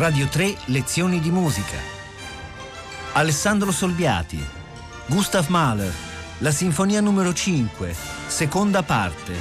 Radio 3 Lezioni di musica. Alessandro Solbiati, Gustav Mahler, la Sinfonia numero 5, seconda parte.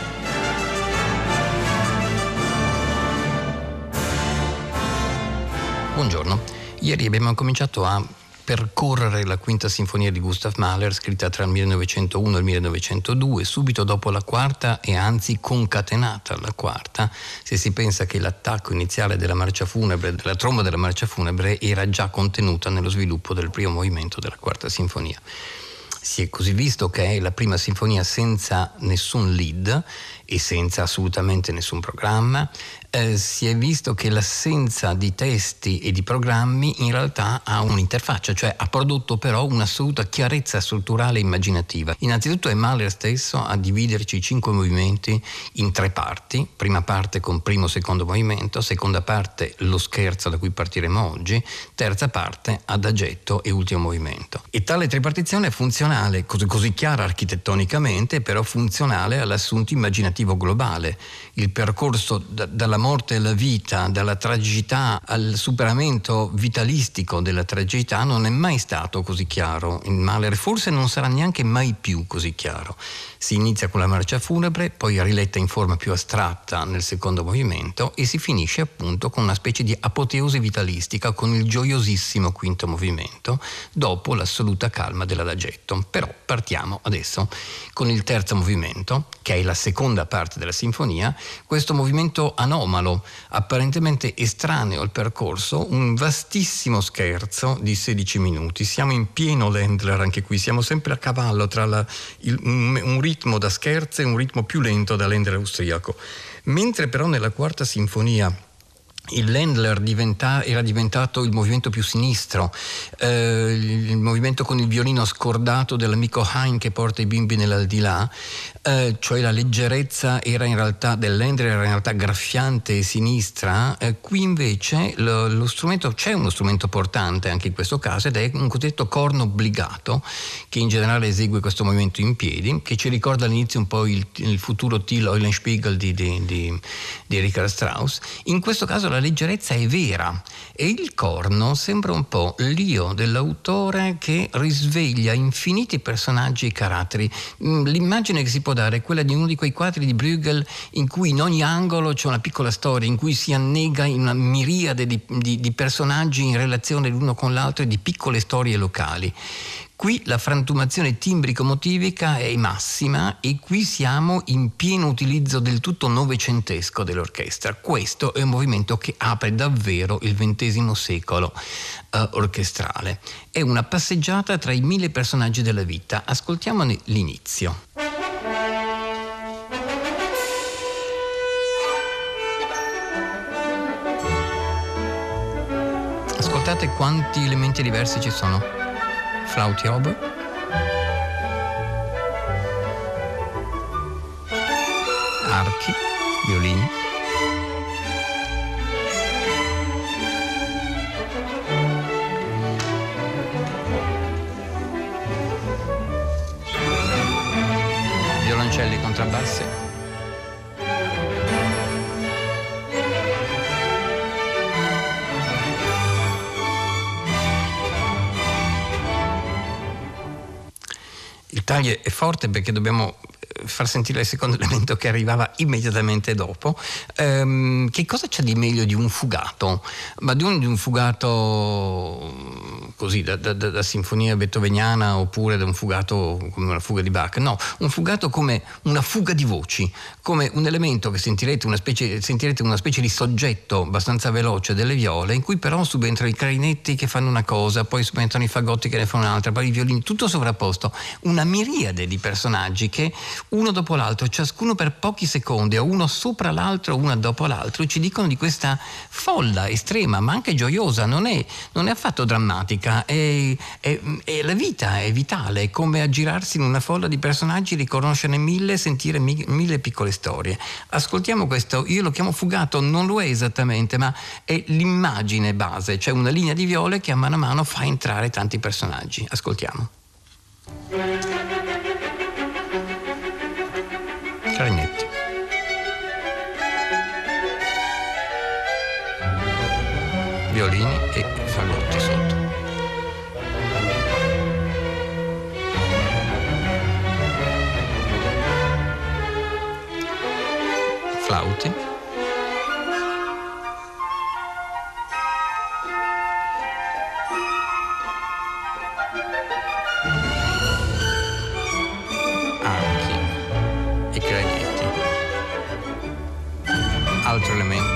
Buongiorno. Ieri abbiamo cominciato a percorrere la quinta sinfonia di Gustav Mahler, scritta tra il 1901 e il 1902, subito dopo la quarta e anzi concatenata alla quarta, se si pensa che l'attacco iniziale della marcia funebre, della tromba della marcia funebre, era già contenuta nello sviluppo del primo movimento della quarta sinfonia. Si è così visto che è la prima sinfonia senza nessun lead e senza assolutamente nessun programma. Si è visto che l'assenza di testi e di programmi in realtà ha un'interfaccia, cioè ha prodotto però un'assoluta chiarezza strutturale e immaginativa. Innanzitutto è Mahler stesso a dividerci i 5 movimenti in 3 parti: prima parte con primo e secondo movimento, seconda parte lo scherzo da cui partiremo oggi, terza parte adagetto e ultimo movimento. E tale tripartizione è funzionale, così chiara architettonicamente, però funzionale all'assunto immaginativo globale. Il percorso dalla morte alla vita, dalla tragicità al superamento vitalistico della tragicità non è mai stato così chiaro in Mahler, forse non sarà neanche mai più così chiaro. Si inizia con la marcia funebre, poi riletta in forma più astratta nel secondo movimento e si finisce appunto con una specie di apoteosi vitalistica con il gioiosissimo quinto movimento, dopo l'assoluta calma dell'adagetto. Però partiamo adesso con il terzo movimento, che è la seconda parte della sinfonia, questo movimento anomalo, apparentemente estraneo al percorso, un vastissimo scherzo di 16 minuti. Siamo in pieno Ländler anche qui, siamo sempre a cavallo tra un ritmo da scherzo e un ritmo più lento da Ländler austriaco. Mentre però nella quarta sinfonia il Ländler era diventato il movimento più sinistro, il movimento con il violino scordato dell'amico Haydn che porta i bimbi nell'aldilà, cioè la leggerezza era in realtà del Ländler, era in realtà graffiante e sinistra. Qui invece lo strumento, c'è uno strumento portante anche in questo caso, ed è un cosiddetto corno obbligato che in generale esegue questo movimento in piedi, che ci ricorda all'inizio un po' il futuro Till Eulenspiegel di Richard Strauss. In questo caso la leggerezza è vera e il corno sembra un po' l'io dell'autore che risveglia infiniti personaggi e caratteri. L'immagine che si può dare è quella di uno di quei quadri di Bruegel in cui in ogni angolo c'è una piccola storia, in cui si annega in una miriade di personaggi in relazione l'uno con l'altro e di piccole storie locali. Qui la frantumazione timbrico-motivica è massima e qui siamo in pieno utilizzo del tutto novecentesco dell'orchestra. Questo è un movimento che apre davvero il XX secolo orchestrale. È una passeggiata tra i 1000 personaggi della vita. Ascoltiamone l'inizio. Ascoltate quanti elementi diversi ci sono. Flauti oboe, archi, violini, violoncelli, contrabbassi, il taglio è forte perché dobbiamo far sentire il secondo elemento che arrivava immediatamente dopo. Che cosa c'è di meglio di un fugato? Ma di un fugato così da sinfonia beethoveniana, oppure da un fugato come una fuga di Bach? No, un fugato come una fuga di voci, come un elemento che sentirete una specie di soggetto abbastanza veloce delle viole, in cui però subentrano i clarinetti che fanno una cosa, poi subentrano i fagotti che ne fanno un'altra, poi i violini, tutto sovrapposto, una miriade di personaggi che uno dopo l'altro, ciascuno per pochi secondi, o uno sopra l'altro, una dopo l'altro, ci dicono di questa folla estrema, ma anche gioiosa, non è affatto drammatica, è la vita, è vitale, è come aggirarsi in una folla di personaggi, riconoscerne 1000, sentire 1000 piccole storie. Ascoltiamo questo, io lo chiamo fugato, non lo è esattamente, ma è l'immagine base, cioè una linea di viole che a mano fa entrare tanti personaggi. Ascoltiamo. Clarinetti. violini e fagotti sotto. Flauti. Archi e clarinetti. Altro elemento.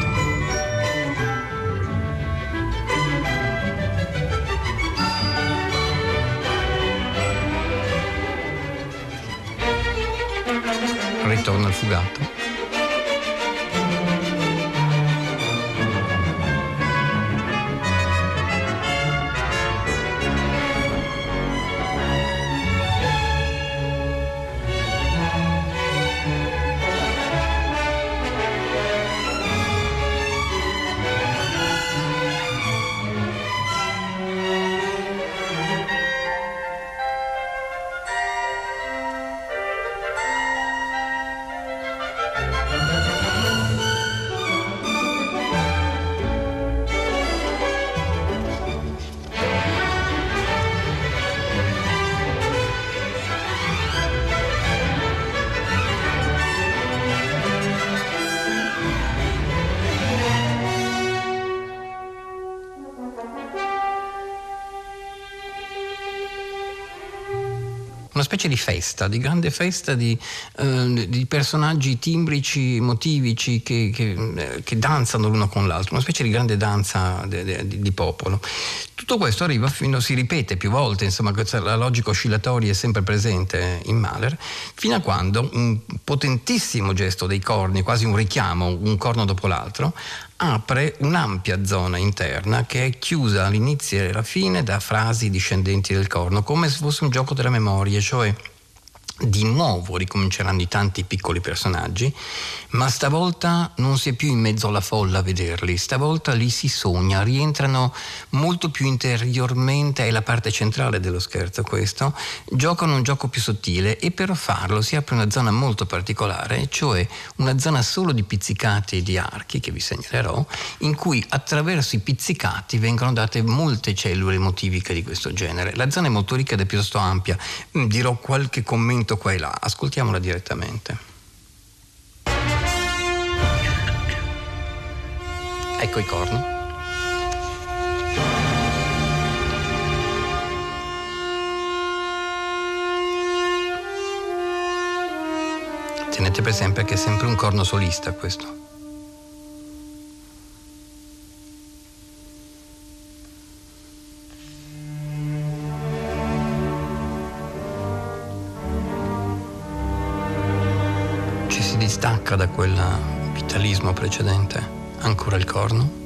Ritorno al fugato. Una specie di festa, di grande festa di personaggi timbrici, motivici che danzano l'uno con l'altro, una specie di grande danza di popolo. Tutto questo arriva si ripete più volte, insomma la logica oscillatoria è sempre presente in Mahler, fino a quando un potentissimo gesto dei corni, quasi un richiamo, un corno dopo l'altro, apre un'ampia zona interna che è chiusa all'inizio e alla fine da frasi discendenti del corno, come se fosse un gioco della memoria, cioè di nuovo ricominceranno i tanti piccoli personaggi, ma stavolta non si è più in mezzo alla folla a vederli, stavolta li si sogna, rientrano molto più interiormente, è la parte centrale dello scherzo questo, giocano un gioco più sottile e per farlo si apre una zona molto particolare, cioè una zona solo di pizzicati e di archi, che vi segnalerò, in cui attraverso i pizzicati vengono date molte cellule motiviche di questo genere. La zona è molto ricca ed è piuttosto ampia, dirò qualche commento qua e là, ascoltiamola direttamente. Ecco i corni. Tenete presente che è sempre un corno solista questo. Distacca da quel vitalismo precedente, ancora il corno.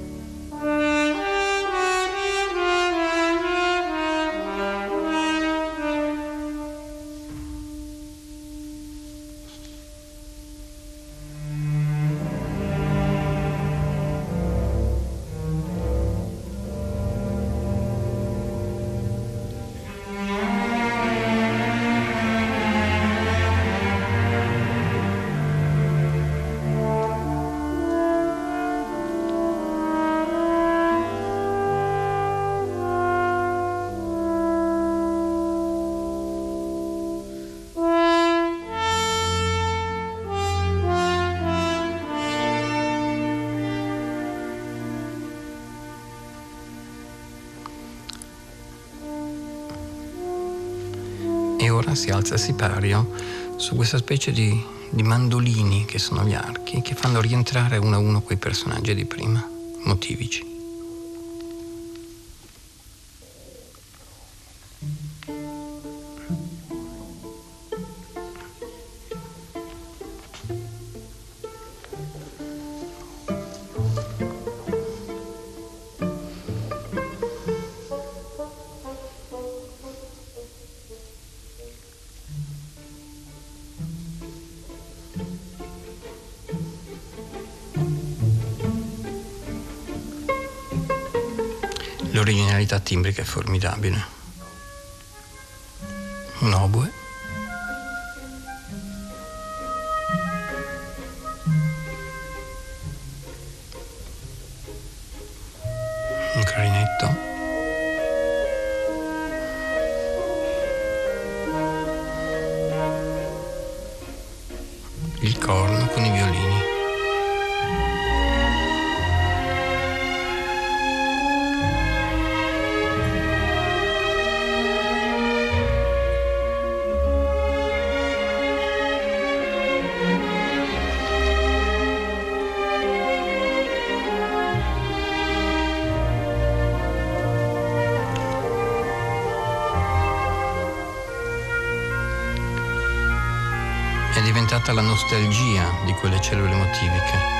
E ora si alza il sipario su questa specie di mandolini che sono gli archi, che fanno rientrare uno a uno quei personaggi di prima, motivici. L'originalità timbrica è formidabile. Un oboe. Un clarinetto, il corno con i violini. È diventata la nostalgia di quelle cellule motiviche.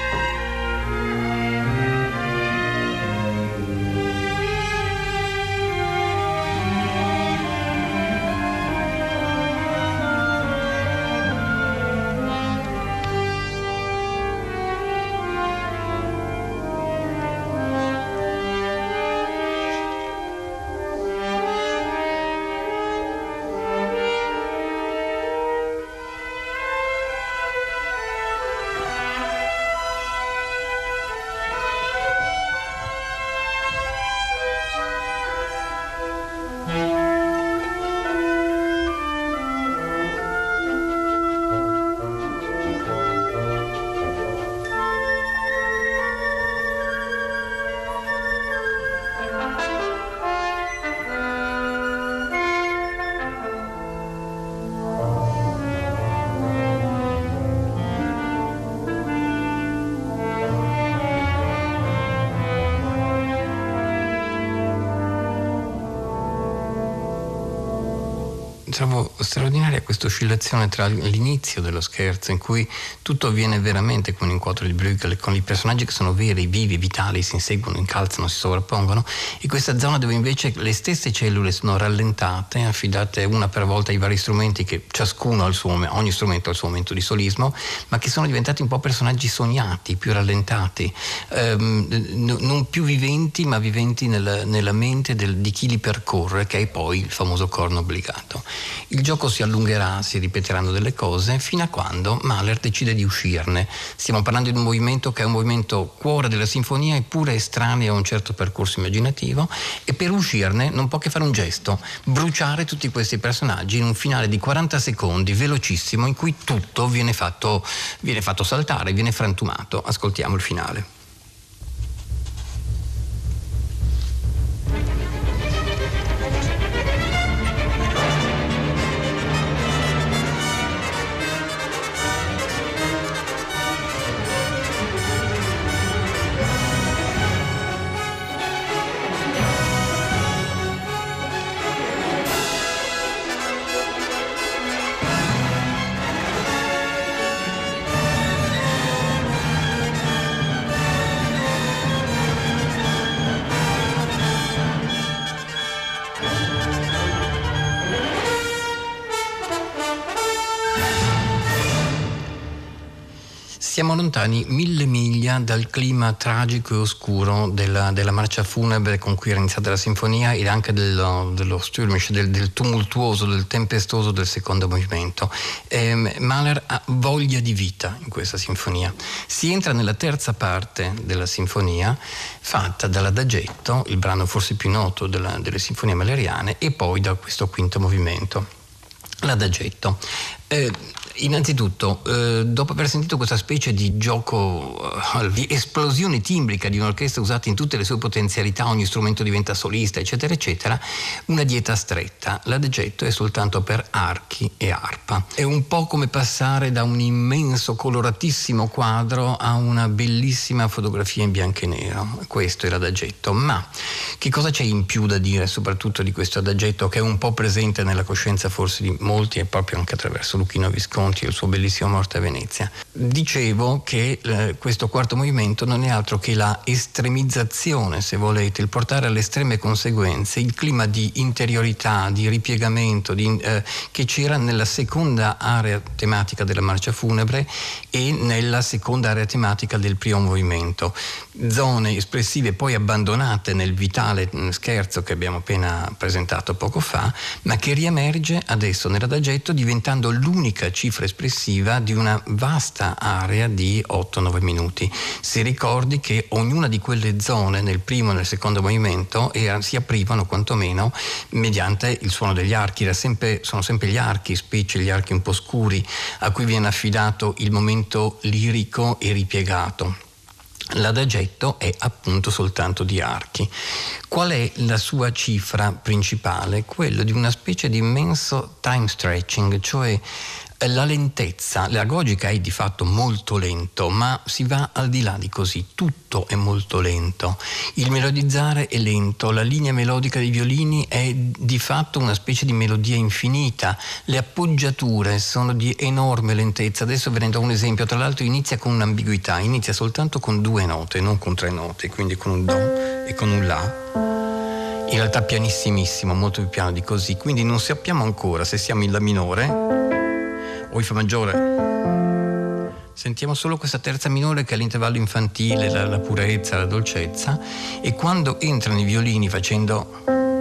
Trovo straordinaria questa oscillazione tra l'inizio dello scherzo, in cui tutto avviene veramente come un incontro di Bruegel, con i personaggi che sono veri, vivi, vitali, si inseguono, incalzano, si sovrappongono, e questa zona dove invece le stesse cellule sono rallentate, affidate una per volta ai vari strumenti, che ciascuno ha il suo, ogni strumento ha il suo momento di solismo, ma che sono diventati un po' personaggi sognati, più rallentati, non più viventi, ma viventi nella mente di chi li percorre, che è poi il famoso corno obbligato. Il gioco si allungherà, si ripeteranno delle cose fino a quando Mahler decide di uscirne. Stiamo parlando di un movimento che è un movimento cuore della sinfonia, eppure estraneo a un certo percorso immaginativo, e per uscirne non può che fare un gesto: bruciare tutti questi personaggi in un finale di 40 secondi velocissimo, in cui tutto viene fatto saltare, viene frantumato. Ascoltiamo il finale. Siamo lontani 1000 miglia dal clima tragico e oscuro della marcia funebre con cui era iniziata la sinfonia, e anche dello stürmisch, del tumultuoso, del tempestoso del secondo movimento. Mahler ha voglia di vita in questa sinfonia. Si entra nella terza parte della sinfonia, fatta dall'adagetto, il brano forse più noto delle sinfonie mahleriane, e poi da questo quinto movimento, l'adagetto. Innanzitutto, dopo aver sentito questa specie di gioco, di esplosione timbrica di un'orchestra usata in tutte le sue potenzialità, ogni strumento diventa solista, eccetera, eccetera, una dieta stretta. L'adagetto è soltanto per archi e arpa. È un po' come passare da un immenso, coloratissimo quadro a una bellissima fotografia in bianco e nero. Questo è l'adagetto. Ma che cosa c'è in più da dire, soprattutto di questo adagetto, che è un po' presente nella coscienza forse di molti, e proprio anche attraverso Luchino Visconti e il suo bellissimo Morte a Venezia? Dicevo che questo quarto movimento non è altro che la estremizzazione, se volete, il portare alle estreme conseguenze il clima di interiorità, di ripiegamento che c'era nella seconda area tematica della marcia funebre e nella seconda area tematica del primo movimento. Zone espressive poi abbandonate nel vitale scherzo che abbiamo appena presentato poco fa, ma che riemerge adesso nell'adagetto, diventando l'unica cifra cifra espressiva di una vasta area di 8-9 minuti. Si ricordi che ognuna di quelle zone nel primo e nel secondo movimento si aprivano quantomeno mediante il suono degli archi. Sono sempre gli archi, specie gli archi un po' scuri, a cui viene affidato il momento lirico e ripiegato. L'adagetto è appunto soltanto di archi. Qual è la sua cifra principale? Quello di una specie di immenso time stretching, cioè la lentezza. L'agogica è di fatto molto lento, ma si va al di là di così, tutto è molto lento. Il melodizzare è lento, la linea melodica dei violini è di fatto una specie di melodia infinita, le appoggiature sono di enorme lentezza. Adesso ve ne do un esempio, tra l'altro inizia con un'ambiguità, inizia soltanto con 2 note, non con 3 note, quindi con un do e con un la. In realtà pianissimissimo, molto più piano di così, quindi non sappiamo ancora se siamo in la minore o in fa maggiore. Sentiamo solo questa terza minore che è l'intervallo infantile, la purezza, la dolcezza, e quando entrano i violini facendo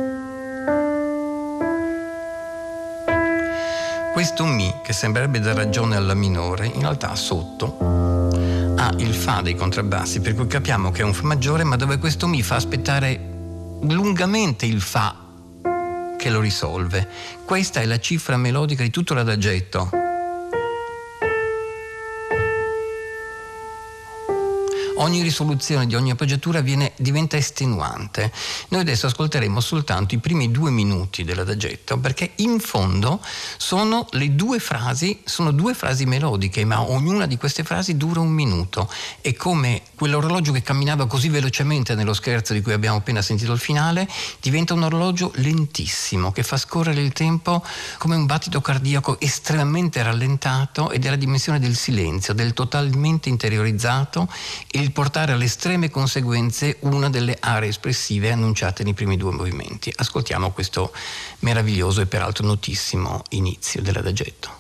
questo mi che sembrerebbe dar ragione alla minore, in realtà sotto ha il fa dei contrabbassi, per cui capiamo che è un fa maggiore, ma dove questo mi fa aspettare lungamente il fa che lo risolve. Questa è la cifra melodica di tutto l'adagetto. Ogni risoluzione di ogni appoggiatura diventa estenuante. Noi adesso ascolteremo soltanto i primi 2 minuti dell'adagetto, perché in fondo sono 2 frasi melodiche, ma ognuna di queste frasi dura 1 minuto. È come quell'orologio che camminava così velocemente nello scherzo di cui abbiamo appena sentito il finale, diventa un orologio lentissimo che fa scorrere il tempo come un battito cardiaco estremamente rallentato, ed è la dimensione del silenzio, del totalmente interiorizzato, e il portare alle estreme conseguenze una delle aree espressive annunciate nei primi 2 movimenti. Ascoltiamo questo meraviglioso e peraltro notissimo inizio dell'adagetto.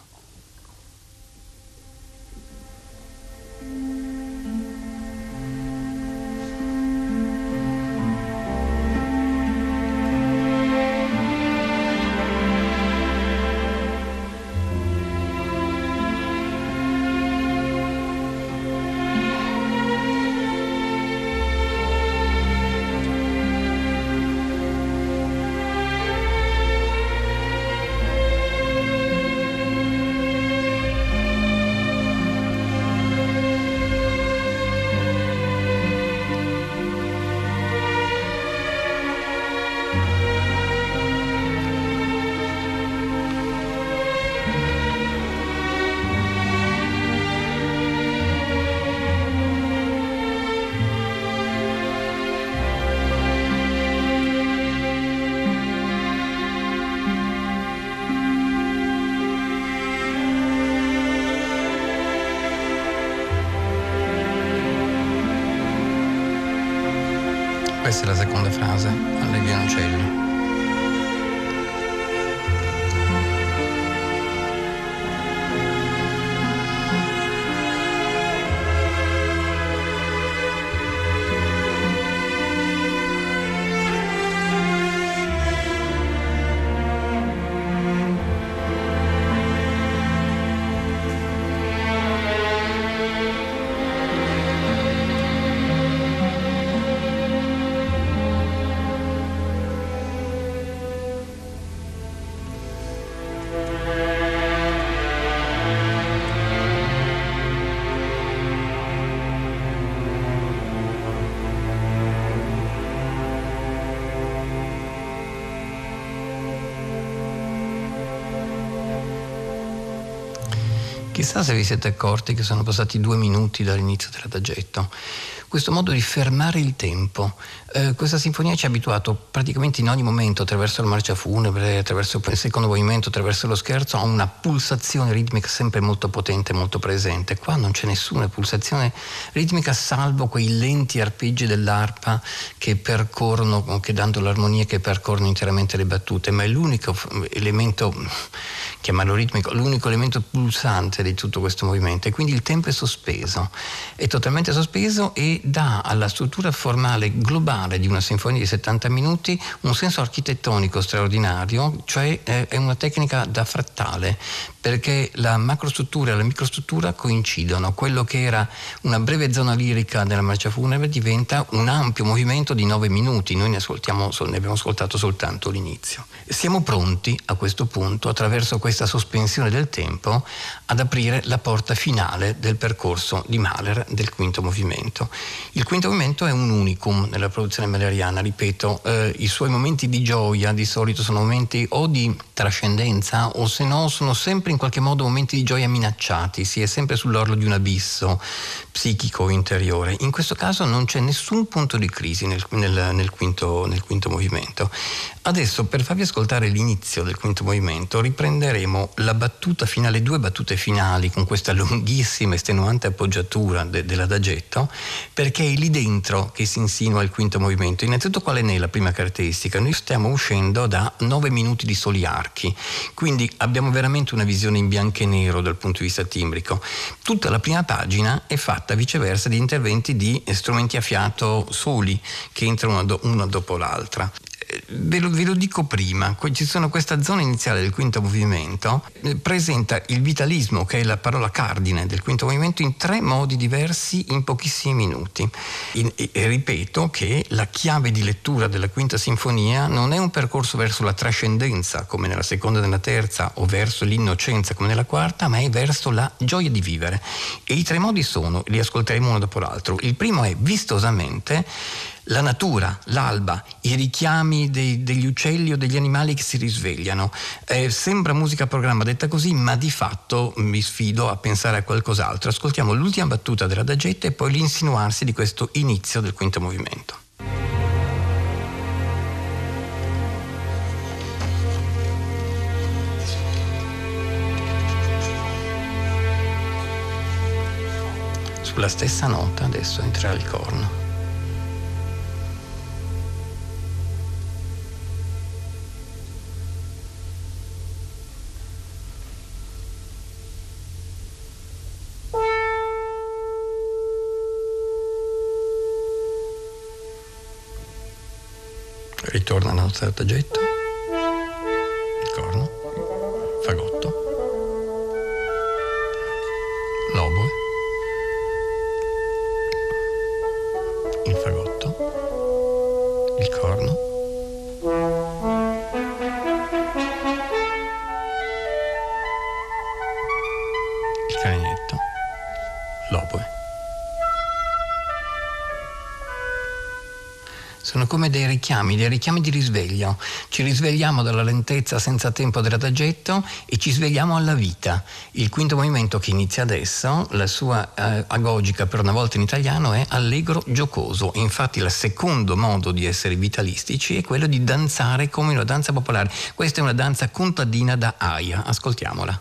Questa è la seconda frase, alle violoncelli. Chissà se vi siete accorti che sono passati 2 minuti dall'inizio dell'adagetto. Questo modo di fermare il tempo, questa sinfonia ci ha abituato praticamente in ogni momento, attraverso la marcia funebre, attraverso il secondo movimento, attraverso lo scherzo, a una pulsazione ritmica sempre molto potente, molto presente. Qua non c'è nessuna pulsazione ritmica, salvo quei lenti arpeggi dell'arpa che percorrono, che dando l'armonia, che percorrono interamente le battute, ma è l'unico elemento, chiamarlo ritmico, l'unico elemento pulsante di tutto questo movimento, e quindi il tempo è sospeso, è totalmente sospeso, e dà alla struttura formale globale di una sinfonia di 70 minuti un senso architettonico straordinario, cioè è una tecnica da frattale, perché la macrostruttura e la microstruttura coincidono. Quello che era una breve zona lirica della marcia funebre diventa un ampio movimento di 9 minuti. Noi ne abbiamo ascoltato soltanto l'inizio. Siamo pronti a questo punto, attraverso questa sospensione del tempo, ad aprire la porta finale del percorso di Mahler del quinto movimento. Il quinto movimento è un unicum nella produzione mahleriana, ripeto, i suoi momenti di gioia di solito sono momenti o di trascendenza o se no sono sempre in qualche modo momenti di gioia minacciati, si è sempre sull'orlo di un abisso psichico interiore. In questo caso non c'è nessun punto di crisi nel quinto movimento. Adesso, per farvi ascoltare l'inizio del quinto movimento, riprenderemo la battuta finale, 2 battute finali con questa lunghissima e estenuante appoggiatura dell'adagetto, perché è lì dentro che si insinua il quinto movimento. Innanzitutto, qual è la prima caratteristica? Noi stiamo uscendo da 9 minuti di soli archi, quindi abbiamo veramente una visione in bianco e nero dal punto di vista timbrico. Tutta la prima pagina è fatta viceversa di interventi di strumenti a fiato soli che entrano una dopo l'altra. Ve lo dico prima, ci sono questa zona iniziale del quinto movimento, presenta il vitalismo, che è la parola cardine del quinto movimento, in 3 modi diversi in pochissimi minuti. E ripeto che la chiave di lettura della quinta sinfonia non è un percorso verso la trascendenza come nella seconda e nella terza, o verso l'innocenza come nella quarta, ma è verso la gioia di vivere. E i 3 modi sono, li ascolteremo uno dopo l'altro. Il primo è vistosamente la natura, l'alba, i richiami degli uccelli o degli animali che si risvegliano. Sembra musica a programma detta così, ma di fatto mi sfido a pensare a qualcos'altro. Ascoltiamo l'ultima battuta dell'adagetto e poi l'insinuarsi di questo inizio del quinto movimento. Sulla stessa nota adesso entrerà il corno. Ritorna la nota d'adagetto, il corno, fagotto, l'oboe, il fagotto, il corno, il clarinetto, l'oboe. Sono come dei richiami di risveglio. Ci risvegliamo dalla lentezza senza tempo dell'adagetto e ci svegliamo alla vita. Il quinto movimento, che inizia adesso, la sua agogica per una volta in italiano è allegro giocoso. Infatti il secondo modo di essere vitalistici è quello di danzare come una danza popolare. Questa è una danza contadina da aia. Ascoltiamola.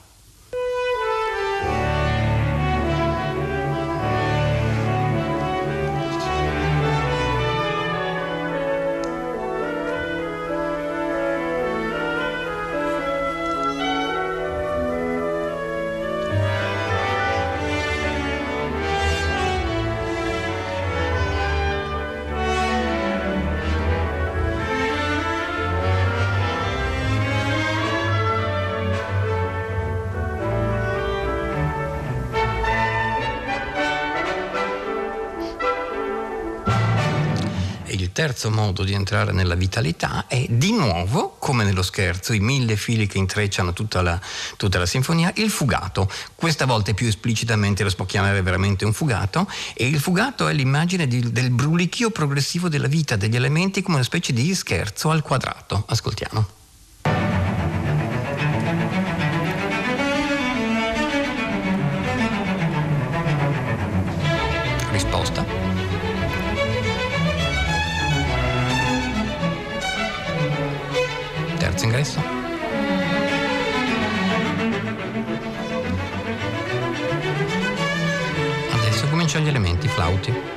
Il terzo modo di entrare nella vitalità è di nuovo, come nello scherzo, i 1000 fili che intrecciano tutta la sinfonia, il fugato. Questa volta più esplicitamente lo si può chiamare veramente un fugato, e il fugato è l'immagine del brulichio progressivo della vita, degli elementi, come una specie di scherzo al quadrato. Ascoltiamo. Risposta. Terzo ingresso. Adesso cominciano gli elementi flauti.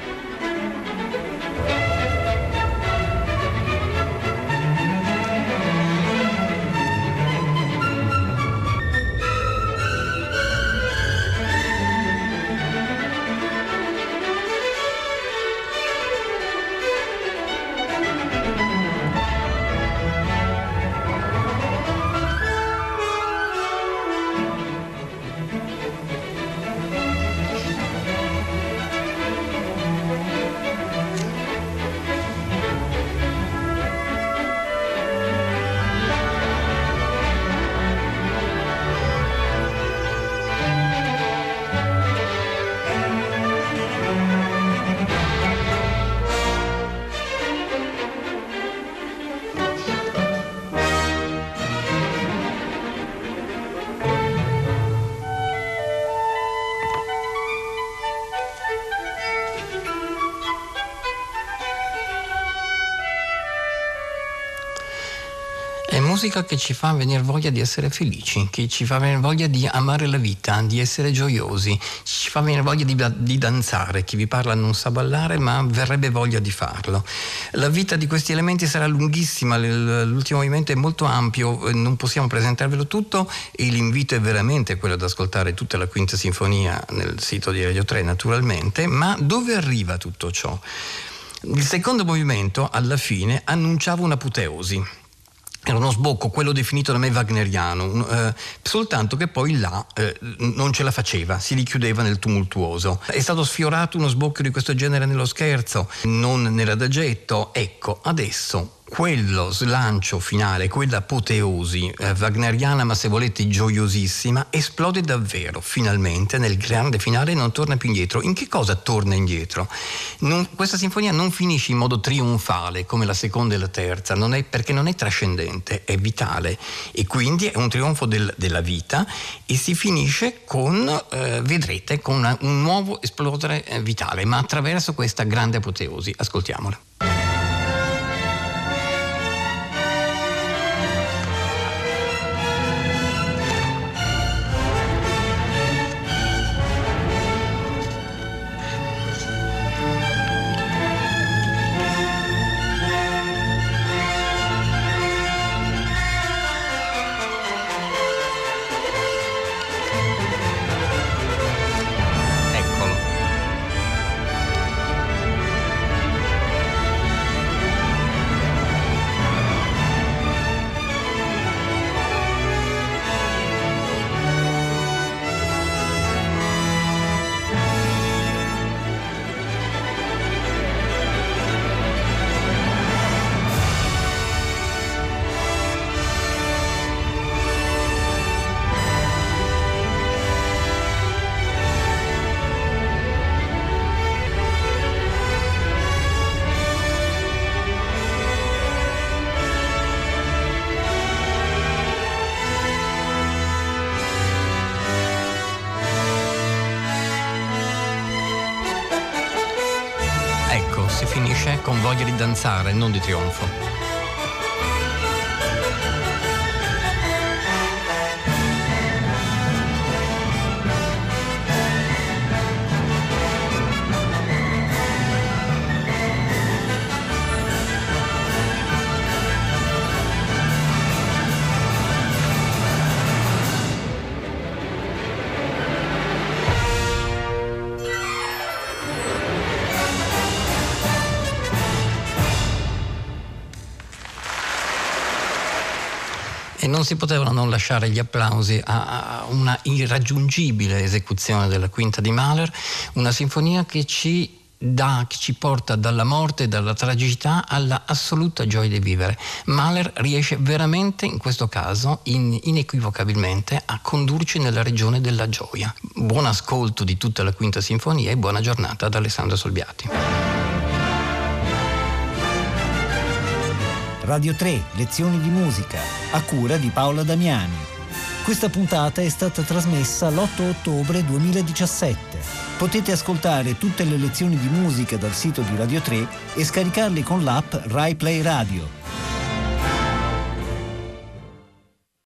È musica che ci fa venire voglia di essere felici, che ci fa venire voglia di amare la vita, di essere gioiosi, ci fa venire voglia di danzare. Chi vi parla non sa ballare, ma verrebbe voglia di farlo. La vita di questi elementi sarà lunghissima, l'ultimo movimento è molto ampio, non possiamo presentarvelo tutto e l'invito è veramente quello ad ascoltare tutta la quinta sinfonia nel sito di Radio 3 naturalmente. Ma dove arriva tutto ciò? Il secondo movimento alla fine annunciava un'apoteosi. Era uno sbocco, quello definito da me wagneriano, soltanto che poi là non ce la faceva, si richiudeva nel tumultuoso. È stato sfiorato uno sbocco di questo genere nello scherzo, non nell'adagetto. Ecco, adesso quello slancio finale, quell'apoteosi wagneriana, ma se volete gioiosissima, esplode davvero, finalmente, nel grande finale, non torna più indietro. In che cosa torna indietro? Questa sinfonia non finisce in modo trionfale come la seconda e la terza, perché non è trascendente, è vitale, e quindi è un trionfo della vita, e si finisce con, vedrete, con un nuovo esplodere vitale, ma attraverso questa grande apoteosi. Ascoltiamola. Si finisce con voglia di danzare, non di trionfo. E non si potevano non lasciare gli applausi a una irraggiungibile esecuzione della quinta di Mahler, una sinfonia che ci porta dalla morte e dalla tragicità alla assoluta gioia di vivere. Mahler riesce veramente, in questo caso, inequivocabilmente, a condurci nella regione della gioia. Buon ascolto di tutta la quinta sinfonia e buona giornata ad Alessandro Solbiati. Radio 3, lezioni di musica, a cura di Paola Damiani. Questa puntata è stata trasmessa l'8 ottobre 2017. Potete ascoltare tutte le lezioni di musica dal sito di Radio 3 e scaricarle con l'app Rai Play Radio.